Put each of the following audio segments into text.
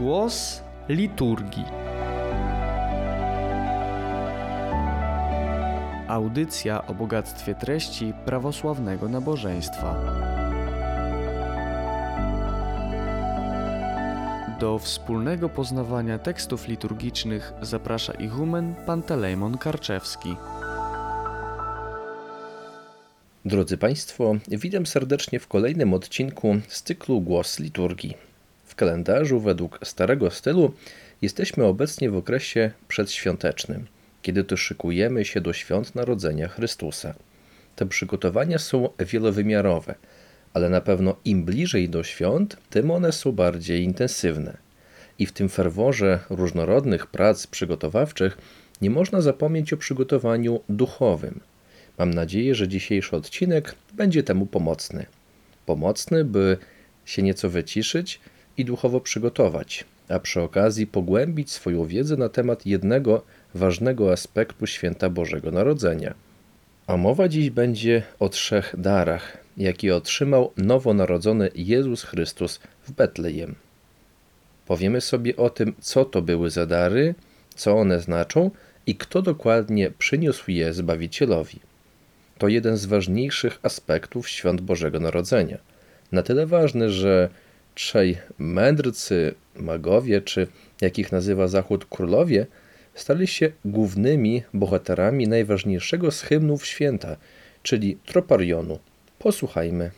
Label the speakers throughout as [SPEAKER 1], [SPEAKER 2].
[SPEAKER 1] Głos liturgii. Audycja o bogactwie treści prawosławnego nabożeństwa. Do wspólnego poznawania tekstów liturgicznych zaprasza ichumen Pantelejmon Karczewski.
[SPEAKER 2] Drodzy Państwo, witam serdecznie w kolejnym odcinku z cyklu Głos liturgii. W kalendarzu według starego stylu jesteśmy obecnie w okresie przedświątecznym, kiedy to szykujemy się do świąt Narodzenia Chrystusa. Te przygotowania są wielowymiarowe, ale na pewno im bliżej do świąt, tym one są bardziej intensywne. I w tym ferworze różnorodnych prac przygotowawczych nie można zapomnieć o przygotowaniu duchowym. Mam nadzieję, że dzisiejszy odcinek będzie temu pomocny. Pomocny, by się nieco wyciszyć i duchowo przygotować, a przy okazji pogłębić swoją wiedzę na temat jednego ważnego aspektu święta Bożego Narodzenia. A mowa dziś będzie o 3 darach, jakie otrzymał nowonarodzony Jezus Chrystus w Betlejem. Powiemy sobie o tym, co to były za dary, co one znaczą i kto dokładnie przyniósł je Zbawicielowi. To jeden z ważniejszych aspektów świąt Bożego Narodzenia. Na tyle ważny, że 3 mędrcy, magowie, czy jak ich nazywa Zachód królowie, stali się głównymi bohaterami najważniejszego z hymnów święta, czyli troparionu. Posłuchajmy.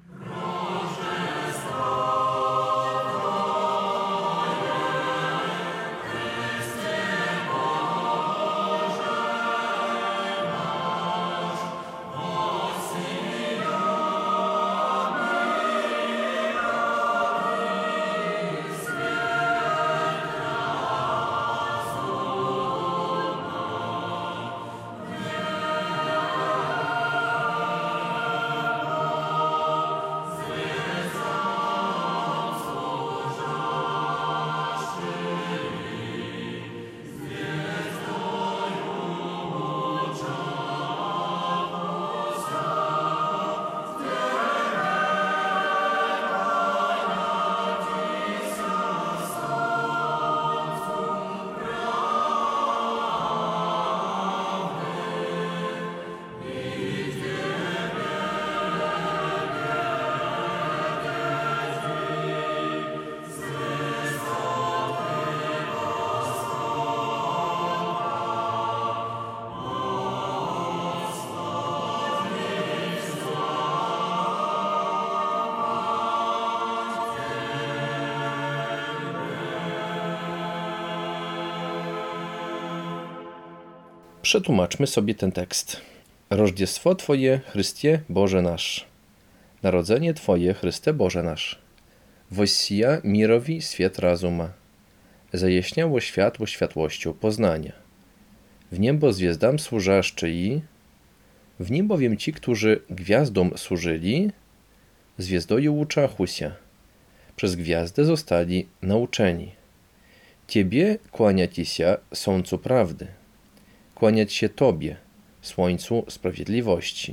[SPEAKER 2] Przetłumaczmy sobie ten tekst. Rożdziestwo Twoje, Chrystie Boże nasz. Narodzenie Twoje, Chryste Boże nasz. Wossija mirowi świat razuma. Zajaśniało światło światłością poznania. W niebo zwiezdam służaszczy i w nim bowiem ci, którzy gwiazdom służyli, zwiezdою uczachusia. Przez gwiazdę zostali nauczeni. Ciebie kłaniać się słońcu prawdy. Kłaniać się Tobie, Słońcu Sprawiedliwości.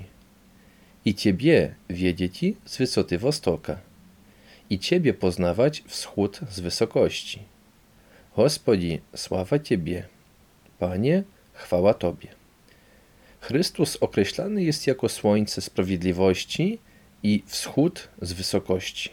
[SPEAKER 2] I Ciebie wiedzieć z wysoty wostoka. I Ciebie poznawać wschód z wysokości. Gospodzi, sława Ciebie. Panie, chwała Tobie. Chrystus określany jest jako Słońce Sprawiedliwości i wschód z wysokości.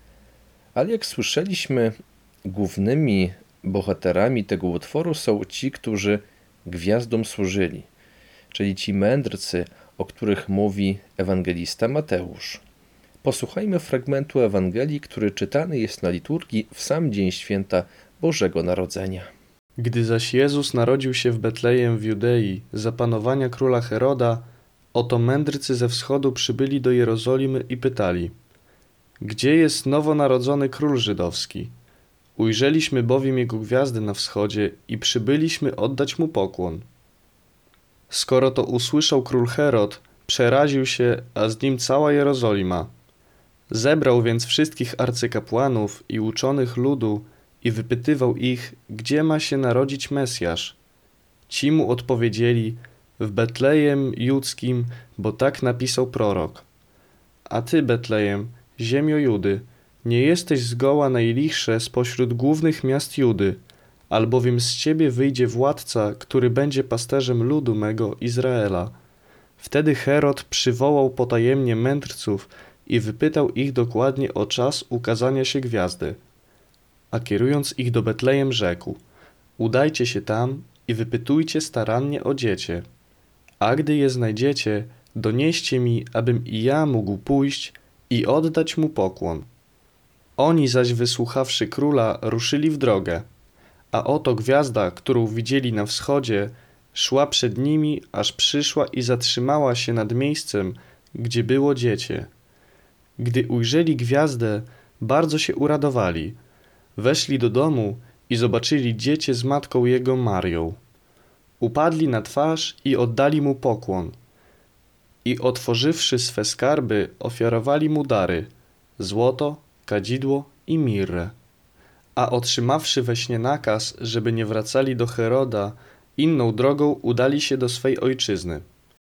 [SPEAKER 2] Ale jak słyszeliśmy, głównymi bohaterami tego utworu są ci, którzy gwiazdom służyli, czyli ci mędrcy, o których mówi ewangelista Mateusz. Posłuchajmy fragmentu Ewangelii, który czytany jest na liturgii w sam dzień święta Bożego Narodzenia.
[SPEAKER 1] Gdy zaś Jezus narodził się w Betlejem w Judei za panowania króla Heroda, oto mędrcy ze wschodu przybyli do Jerozolimy i pytali: Gdzie jest nowonarodzony król żydowski? Ujrzeliśmy bowiem jego gwiazdy na wschodzie i przybyliśmy oddać mu pokłon. Skoro to usłyszał król Herod, przeraził się, a z nim cała Jerozolima. Zebrał więc wszystkich arcykapłanów i uczonych ludu i wypytywał ich, gdzie ma się narodzić Mesjasz. Ci mu odpowiedzieli: w Betlejem Judzkim, bo tak napisał prorok. A ty, Betlejem, ziemio Judy, Nie jesteś zgoła najlichsze spośród głównych miast Judy, albowiem z ciebie wyjdzie władca, który będzie pasterzem ludu mego Izraela. Wtedy Herod przywołał potajemnie mędrców i wypytał ich dokładnie o czas ukazania się gwiazdy. A kierując ich do Betlejem rzekł: udajcie się tam i wypytujcie starannie o dziecię. A gdy je znajdziecie, donieście mi, abym i ja mógł pójść i oddać mu pokłon. Oni zaś wysłuchawszy króla, ruszyli w drogę. A oto gwiazda, którą widzieli na wschodzie, szła przed nimi, aż przyszła i zatrzymała się nad miejscem, gdzie było dziecię. Gdy ujrzeli gwiazdę, bardzo się uradowali. Weszli do domu i zobaczyli dziecię z matką jego Marią. Upadli na twarz i oddali mu pokłon. I otworzywszy swe skarby, ofiarowali mu dary: złoto, kadzidło i mirrę. A otrzymawszy we śnie nakaz, żeby nie wracali do Heroda, inną drogą udali się do swej ojczyzny.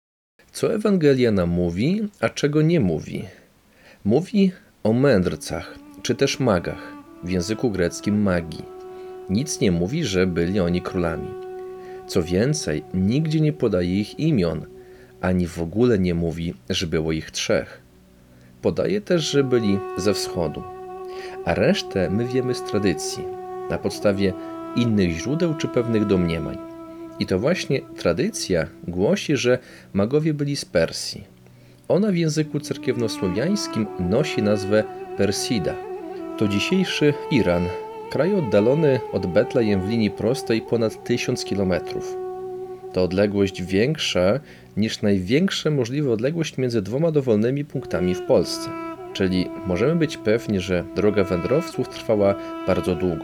[SPEAKER 2] Co Ewangelia nam mówi, a czego nie mówi? Mówi o mędrcach, czy też magach, w języku greckim magii. Nic nie mówi, że byli oni królami. Co więcej, nigdzie nie podaje ich imion, ani w ogóle nie mówi, że było ich 3. Podaje też, że byli ze wschodu. A resztę my wiemy z tradycji, na podstawie innych źródeł czy pewnych domniemań. I to właśnie tradycja głosi, że magowie byli z Persji. Ona w języku cerkiewnosłowiańskim nosi nazwę Persida. To dzisiejszy Iran, kraj oddalony od Betlejem w linii prostej ponad 1000 kilometrów. To odległość większa niż największa możliwa odległość między 2 dowolnymi punktami w Polsce. Czyli możemy być pewni, że droga wędrowców trwała bardzo długo.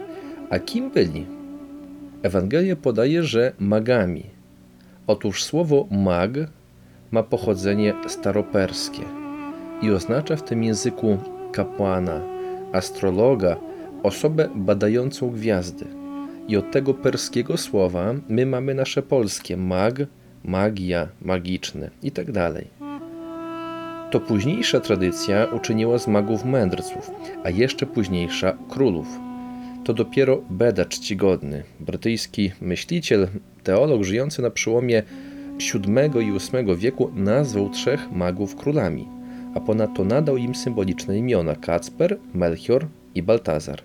[SPEAKER 2] A kim byli? Ewangelia podaje, że magami. Otóż słowo mag ma pochodzenie staroperskie i oznacza w tym języku kapłana, astrologa, osobę badającą gwiazdy. I od tego perskiego słowa my mamy nasze polskie mag, magia, magiczny itd. To późniejsza tradycja uczyniła z magów mędrców, a jeszcze późniejsza królów. To dopiero Beda Czcigodny, brytyjski myśliciel, teolog żyjący na przełomie VII i VIII wieku, nazwał 3 magów królami, a ponadto nadał im symboliczne imiona: Kacper, Melchior i Baltazar.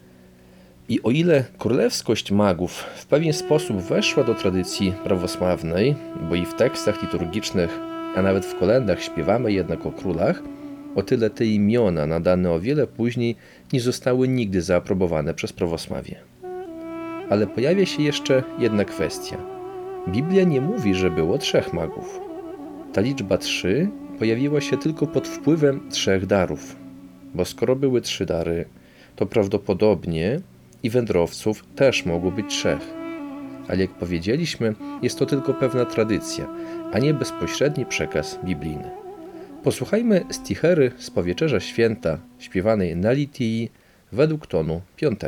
[SPEAKER 2] I o ile królewskość magów w pewien sposób weszła do tradycji prawosławnej, bo i w tekstach liturgicznych, a nawet w kolędach śpiewamy jednak o królach, o tyle te imiona nadane o wiele później nie zostały nigdy zaaprobowane przez prawosławie. Ale pojawia się jeszcze jedna kwestia. Biblia nie mówi, że było 3 magów. Ta liczba 3 pojawiła się tylko pod wpływem 3 darów, bo skoro były 3 dary, to prawdopodobnie i wędrowców też mogło być 3. Ale jak powiedzieliśmy, jest to tylko pewna tradycja, a nie bezpośredni przekaz biblijny. Posłuchajmy stichery z Powieczerza Święta, śpiewanej na litii według tonu 5.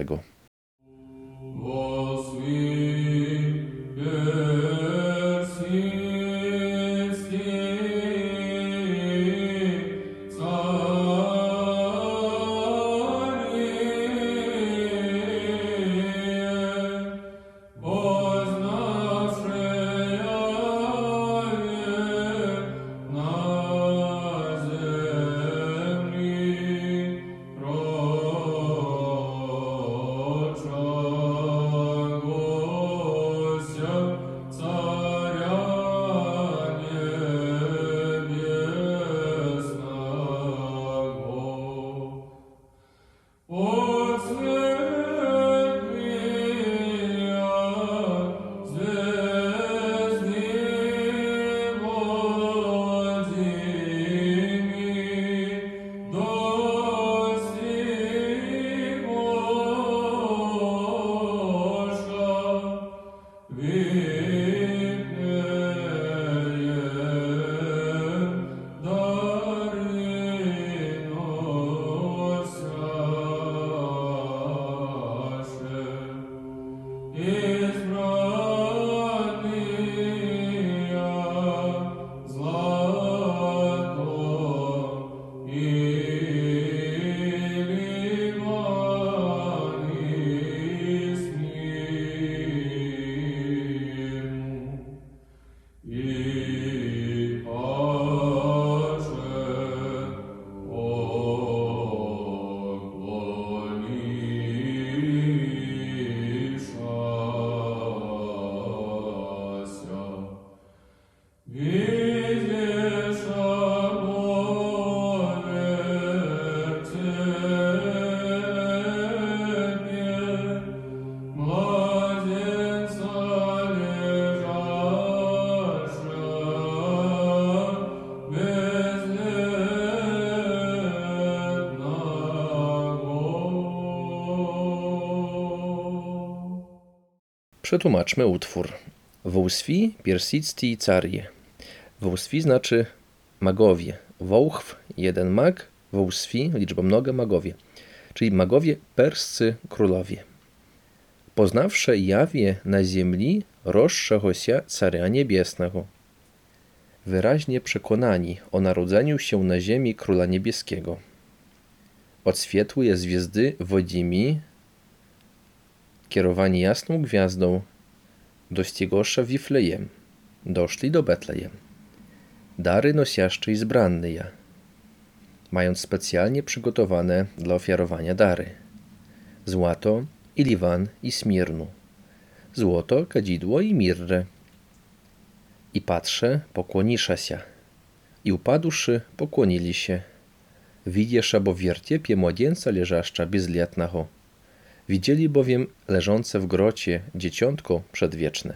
[SPEAKER 2] Przetłumaczmy utwór. Wołswi persicti carje. Wołswi znaczy magowie. Wołchw, jeden mag, wołswi, liczba mnoga, magowie. Czyli magowie perscy królowie. Poznawsze jawie na ziemi rozszego się Carya Niebiesnego. Wyraźnie przekonani o narodzeniu się na ziemi Króla Niebieskiego. Od światłej gwiazdy wodzimi, kierowani jasną gwiazdą, dostigosza Wiflejem, doszli do Betlejem. Dary nosiaszcze i zbranne, mając specjalnie przygotowane dla ofiarowania dary. Złoto, i liwan, i smirnu. Złoto, kadzidło i mirrę. I patrze, pokłonisza się. I upadłszy, pokłonili się. Widziesza bo w wiertiepie młodzieńca leżaszcza bezletnego. Widzieli bowiem leżące w grocie dzieciątko przedwieczne.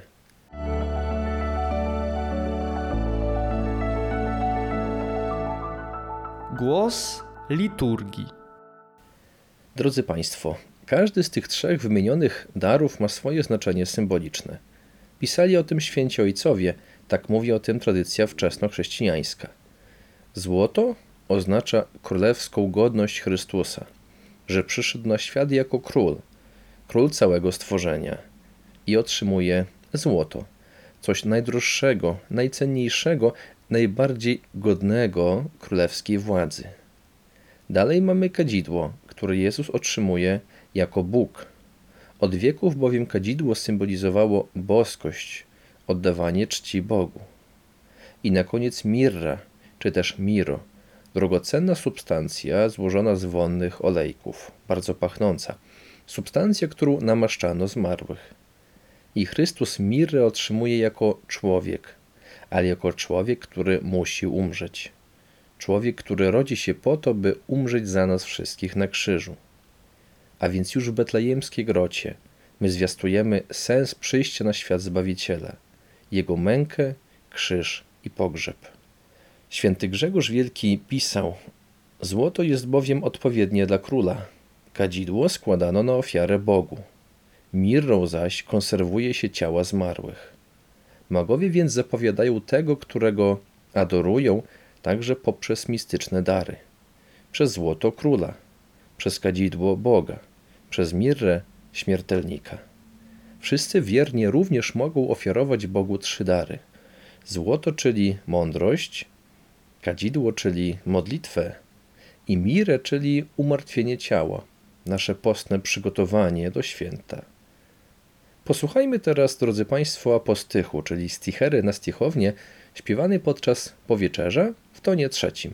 [SPEAKER 1] Głos liturgii.
[SPEAKER 2] Drodzy Państwo, każdy z tych trzech wymienionych darów ma swoje znaczenie symboliczne. Pisali o tym święci ojcowie, tak mówi o tym tradycja wczesnochrześcijańska. Złoto oznacza królewską godność Chrystusa, że przyszedł na świat jako król całego stworzenia i otrzymuje złoto, coś najdroższego, najcenniejszego, najbardziej godnego królewskiej władzy. Dalej mamy kadzidło, które Jezus otrzymuje jako Bóg. Od wieków bowiem kadzidło symbolizowało boskość, oddawanie czci Bogu. I na koniec mirra, czy też miro, drogocenna substancja złożona z wonnych olejków, bardzo pachnąca, substancja, którą namaszczano zmarłych. I Chrystus mirrę otrzymuje jako człowiek, ale jako człowiek, który musi umrzeć. Człowiek, który rodzi się po to, by umrzeć za nas wszystkich na krzyżu. A więc już w betlejemskiej grocie my zwiastujemy sens przyjścia na świat Zbawiciela, Jego mękę, krzyż i pogrzeb. Święty Grzegorz Wielki pisał: złoto jest bowiem odpowiednie dla króla, kadzidło składano na ofiarę Bogu, mirrą zaś konserwuje się ciała zmarłych. Magowie więc zapowiadają tego, którego adorują, także poprzez mistyczne dary. Przez złoto króla, przez kadzidło Boga, przez mirrę śmiertelnika. Wszyscy wiernie również mogą ofiarować Bogu trzy dary. Złoto, czyli mądrość, kadzidło, czyli modlitwę i mirrę, czyli umartwienie ciała, nasze postne przygotowanie do święta. Posłuchajmy teraz, drodzy Państwo, apostychu, czyli stichery na stichownię, śpiewany podczas powieczerza w tonie trzecim.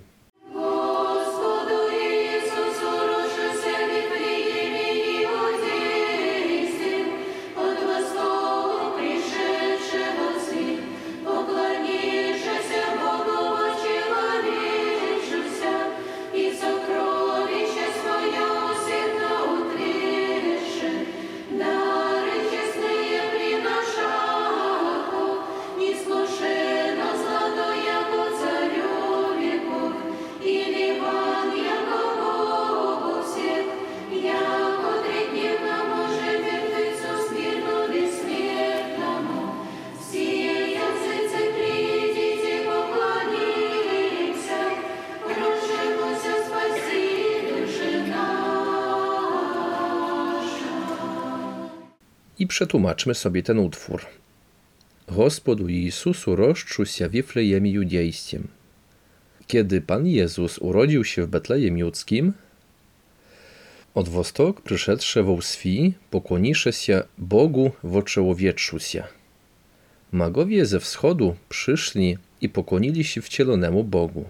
[SPEAKER 2] I przetłumaczmy sobie ten utwór. Gospodu Jezusu rozczuł w Wiflejemie Judejskim. Kiedy Pan Jezus urodził się w Betlejem Judzkim, od wostok przyszedłszy wołswi, pokłonisze się Bogu woczłowieczu się. Magowie ze wschodu przyszli i pokłonili się wcielonemu Bogu.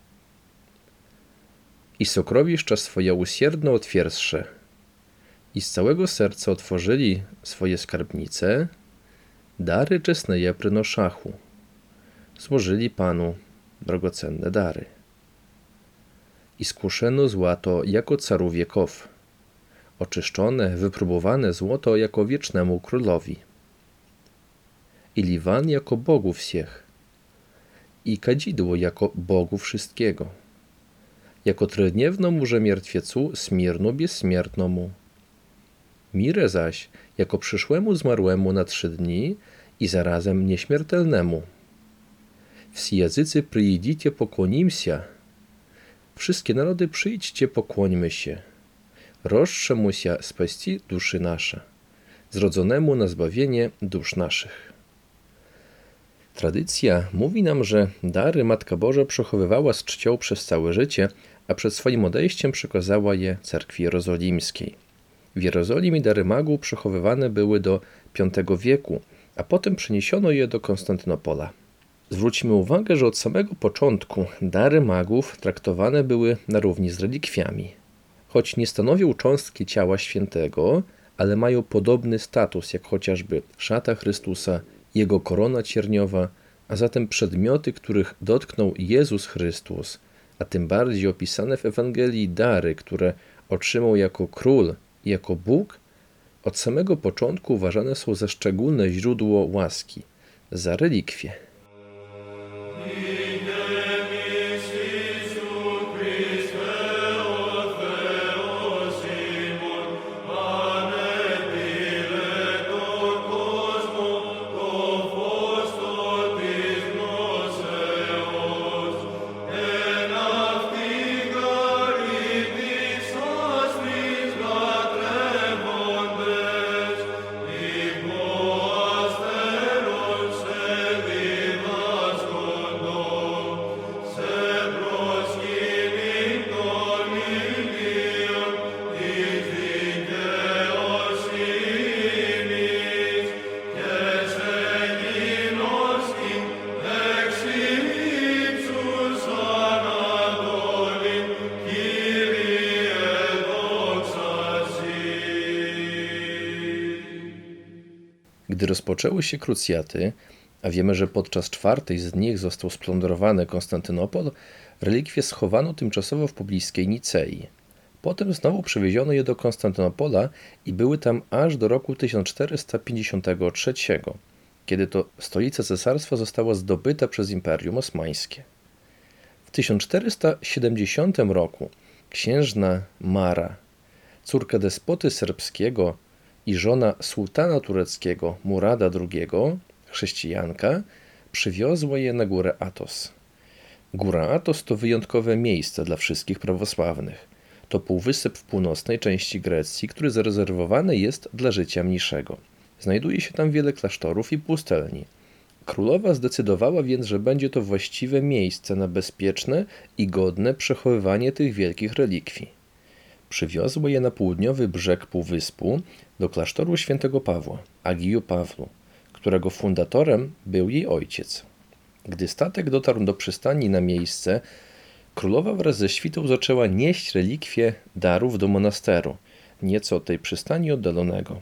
[SPEAKER 2] I sokrowiszcza swoja usierdno otwierdzsze, i z całego serca otworzyli swoje skarbnice, dary czesneje przynoszachu. złożyli Panu drogocenne dary. I skruszeno złoto jako caru wieków, oczyszczone, wypróbowane złoto jako wiecznemu królowi, i liwan jako Bogu wsiech, i kadzidło jako Bogu wszystkiego, jako trydniewnomu rzemiertwiecu Smirnu bezśmiertnemu, Mirę zaś jako przyszłemu zmarłemu na 3 dni i zarazem nieśmiertelnemu. Wsi jazycy przyjdzicie, pokłonimся, wszystkie narody przyjdźcie, pokłońmy się, roższemu się spaści duszy nasze, zrodzonemu na zbawienie dusz naszych. Tradycja mówi nam, że dary Matka Boża przechowywała z czcią przez całe życie, a przed swoim odejściem przekazała je Cerkwi Jerozolimskiej. W Jerozolimie dary magów przechowywane były do V wieku, a potem przeniesiono je do Konstantynopola. Zwróćmy uwagę, że od samego początku dary magów traktowane były na równi z relikwiami. Choć nie stanowią cząstki ciała świętego, ale mają podobny status jak chociażby szata Chrystusa, jego korona cierniowa, a zatem przedmioty, których dotknął Jezus Chrystus, a tym bardziej opisane w Ewangelii dary, które otrzymał jako król i jako Bóg, od samego początku uważane są za szczególne źródło łaski, za relikwie. Gdy rozpoczęły się krucjaty, a wiemy, że podczas 4 z nich został splądrowany Konstantynopol, relikwie schowano tymczasowo w pobliskiej Nicei. Potem znowu przewieziono je do Konstantynopola i były tam aż do roku 1453, kiedy to stolica cesarstwa została zdobyta przez Imperium Osmańskie. W 1470 roku księżna Mara, córka despoty serbskiego i żona sułtana tureckiego Murada II, chrześcijanka, przywiozła je na górę Athos. Góra Athos to wyjątkowe miejsce dla wszystkich prawosławnych. To półwysep w północnej części Grecji, który zarezerwowany jest dla życia mniejszego. Znajduje się tam wiele klasztorów i pustelni. Królowa zdecydowała więc, że będzie to właściwe miejsce na bezpieczne i godne przechowywanie tych wielkich relikwii. Przywiozła je na południowy brzeg półwyspu do klasztoru świętego Pawła, Agiu Pawlu, którego fundatorem był jej ojciec. Gdy statek dotarł do przystani na miejsce, królowa wraz ze świtą zaczęła nieść relikwie darów do monasteru, nieco od tej przystani oddalonego.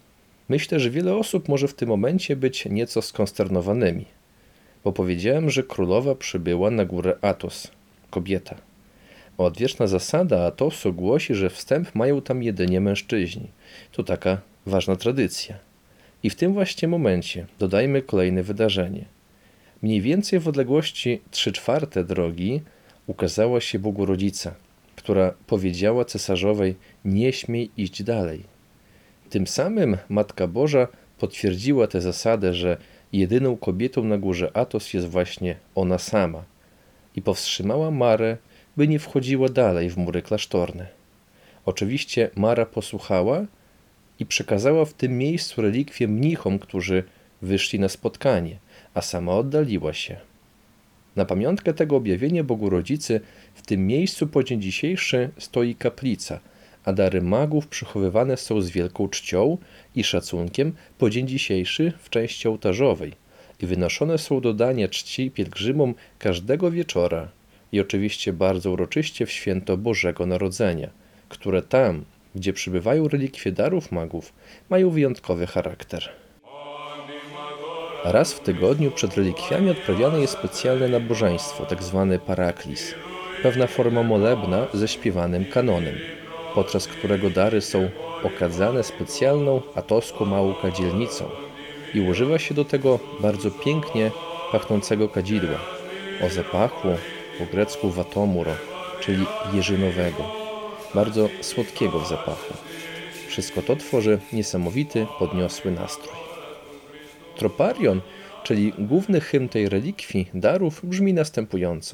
[SPEAKER 2] Myślę, że wiele osób może w tym momencie być nieco skonsternowanymi, bo powiedziałem, że królowa przybyła na górę Athos, kobieta. A odwieczna zasada Athosu głosi, że wstęp mają tam jedynie mężczyźni. To taka ważna tradycja. I w tym właśnie momencie dodajmy kolejne wydarzenie. Mniej więcej w odległości 3/4 drogi ukazała się Bogorodzica, która powiedziała cesarzowej: nie śmiej iść dalej. Tym samym Matka Boża potwierdziła tę zasadę, że jedyną kobietą na górze Athos jest właśnie ona sama i powstrzymała Marę, by nie wchodziła dalej w mury klasztorne. Oczywiście Mara posłuchała i przekazała w tym miejscu relikwie mnichom, którzy wyszli na spotkanie, a sama oddaliła się. Na pamiątkę tego objawienia Bogorodzicy w tym miejscu po dzień dzisiejszy stoi kaplica, a dary magów przechowywane są z wielką czcią i szacunkiem po dzień dzisiejszy w części ołtarzowej i wynoszone są do dania czci pielgrzymom każdego wieczora i oczywiście bardzo uroczyście w święto Bożego Narodzenia, które tam, gdzie przybywają relikwie darów magów, mają wyjątkowy charakter. Raz w tygodniu przed relikwiami odprawiane jest specjalne nabożeństwo, tzw. paraklis, pewna forma molebna ze śpiewanym kanonem, podczas którego dary są okadzane specjalną atoską małą kadzielnicą i używa się do tego bardzo pięknie pachnącego kadzidła, o zapachu, po grecku watomuro, czyli jeżynowego, bardzo słodkiego w zapachu. Wszystko to tworzy niesamowity, podniosły nastrój. Troparion, czyli główny hymn tej relikwii darów, brzmi następująco.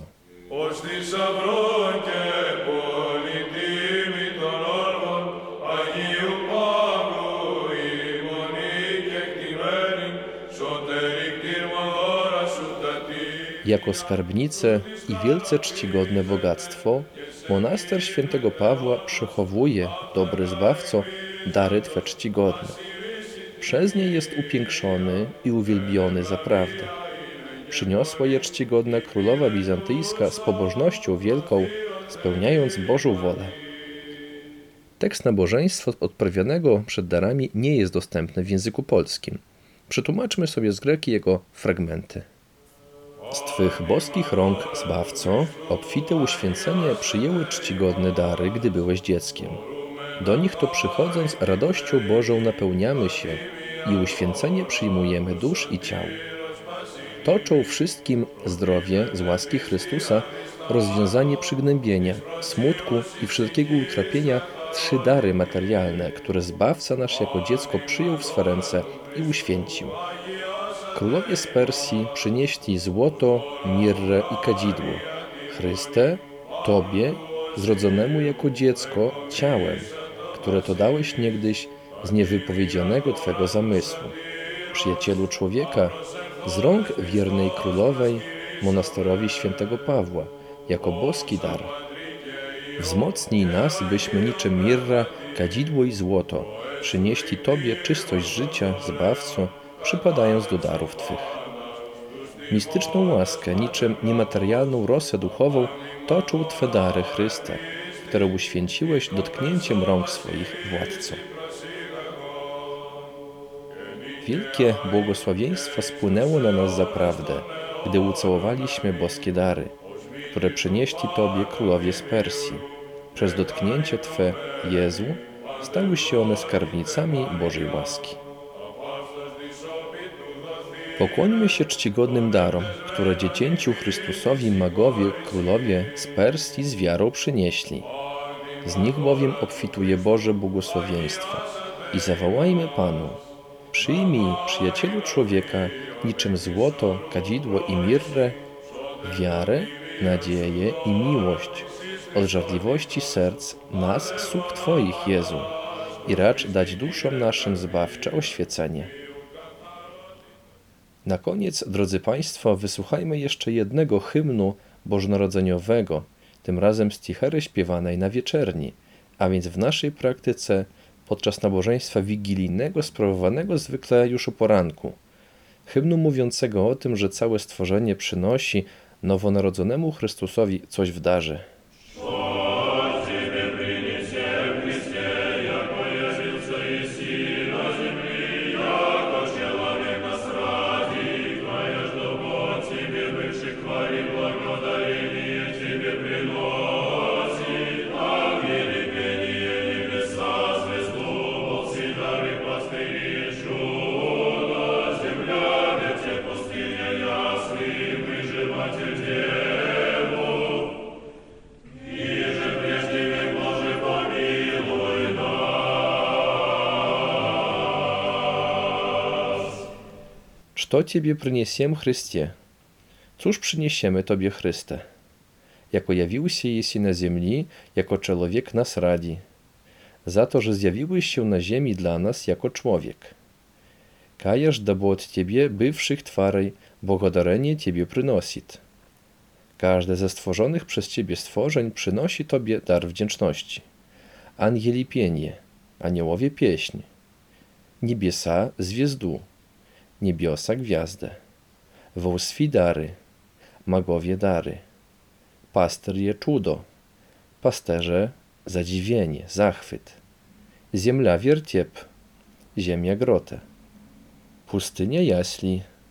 [SPEAKER 2] Jako skarbnice i wielce czcigodne bogactwo monaster świętego Pawła przechowuje, dobry Zbawco, dary Twe czcigodne. Przez nie jest upiększony i uwielbiony za prawdę. Przyniosła je czcigodna królowa bizantyjska z pobożnością wielką, spełniając Bożą wolę. Tekst nabożeństwa odprawianego przed darami nie jest dostępny w języku polskim. Przetłumaczmy sobie z greki jego fragmenty. Z Twych boskich rąk, Zbawco, obfite uświęcenie przyjęły czcigodne dary, gdy byłeś dzieckiem. Do nich to przychodząc radością Bożą napełniamy się i uświęcenie przyjmujemy dusz i ciał. Toczą wszystkim zdrowie z łaski Chrystusa, rozwiązanie przygnębienia, smutku i wszelkiego utrapienia 3 dary materialne, które Zbawca nasz jako dziecko przyjął w swe ręce i uświęcił. Królowie z Persji przynieśli złoto, mirrę i kadzidło. Chryste, Tobie, zrodzonemu jako dziecko, ciałem, które to dałeś niegdyś z niewypowiedzianego Twego zamysłu. Przyjacielu człowieka, z rąk wiernej królowej, monasterowi świętego Pawła, jako boski dar. Wzmocnij nas, byśmy niczym mirra, kadzidło i złoto przynieśli Tobie czystość życia, Zbawco, przypadając do darów Twych. Mistyczną łaskę, niczym niematerialną rosę duchową, toczą Twe dary, Chryste, które uświęciłeś dotknięciem rąk swoich, Władco. Wielkie błogosławieństwo spłynęło na nas za prawdę, gdy ucałowaliśmy boskie dary, które przynieśli Tobie królowie z Persji. Przez dotknięcie Twe, Jezu, stały się one skarbnicami Bożej łaski. Pokłońmy się czcigodnym darom, które dziecięciu Chrystusowi magowie, królowie z Persji z wiarą przynieśli. Z nich bowiem obfituje Boże błogosławieństwo. I zawołajmy Panu: przyjmij, przyjacielu człowieka, niczym złoto, kadzidło i mirrę, wiarę, nadzieję i miłość, od żarliwości serc nas, sług Twoich, Jezu, i racz dać duszom naszym zbawcze oświecenie. Na koniec, drodzy Państwo, wysłuchajmy jeszcze jednego hymnu bożonarodzeniowego, tym razem stichery śpiewanej na wieczerni, a więc w naszej praktyce podczas nabożeństwa wigilijnego sprawowanego zwykle już o poranku. Hymnu mówiącego o tym, że całe stworzenie przynosi nowonarodzonemu Chrystusowi coś w darze. Что Тебе принесем, Христе? Cóż przyniesiemy Tobie, Chryste? Jako jawiłся Jesi na ziemi, jako człowiek nas radzi. Za to, że zjawiłeś się na ziemi dla nas jako człowiek. Kajesz, dabo od Ciebie, bywszych twarej, błogodarenie Ciebie przynosit. Każde ze stworzonych przez Ciebie stworzeń przynosi Tobie dar wdzięczności. Ангели pienie, aniołowie pieśń. Niebiosa zwierzdu, niebiosa gwiazdę. Wołswi dary, magowie dary. Pasterie czudo, pasterze zadziwienie, zachwyt. Ziemia wiertiep, ziemia grotę. Pustynia jaśli,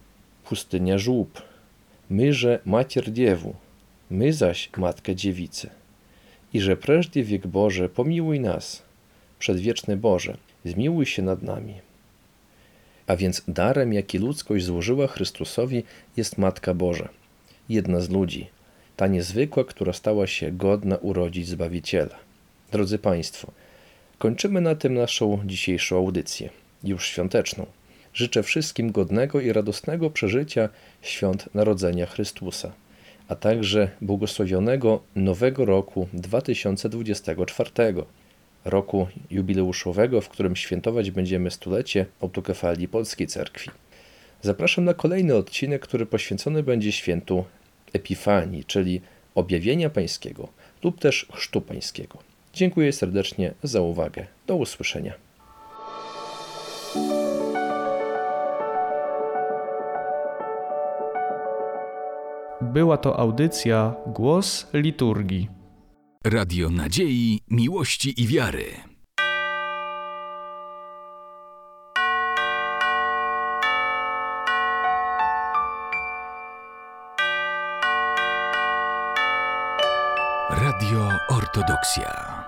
[SPEAKER 2] pustynia żłób, myże Macier Diewu, my zaś Matka Dziewicy. I że prężnie wiek Boże pomiłuj nas, przedwieczny Boże, zmiłuj się nad nami. A więc darem, jaki ludzkość złożyła Chrystusowi, jest Matka Boża, jedna z ludzi, ta niezwykła, która stała się godna urodzić Zbawiciela. Drodzy Państwo, kończymy na tym naszą dzisiejszą audycję, już świąteczną. Życzę wszystkim godnego i radosnego przeżycia świąt Narodzenia Chrystusa, a także błogosławionego nowego roku 2024, roku jubileuszowego, w którym świętować będziemy stulecie autokefalii Polskiej Cerkwi. Zapraszam na kolejny odcinek, który poświęcony będzie świętu Epifanii, czyli Objawienia Pańskiego lub też Chrztu Pańskiego. Dziękuję serdecznie za uwagę. Do usłyszenia.
[SPEAKER 1] Była to audycja Głos Liturgii.
[SPEAKER 3] Radio Nadziei, Miłości i Wiary. Radio Ortodoksja.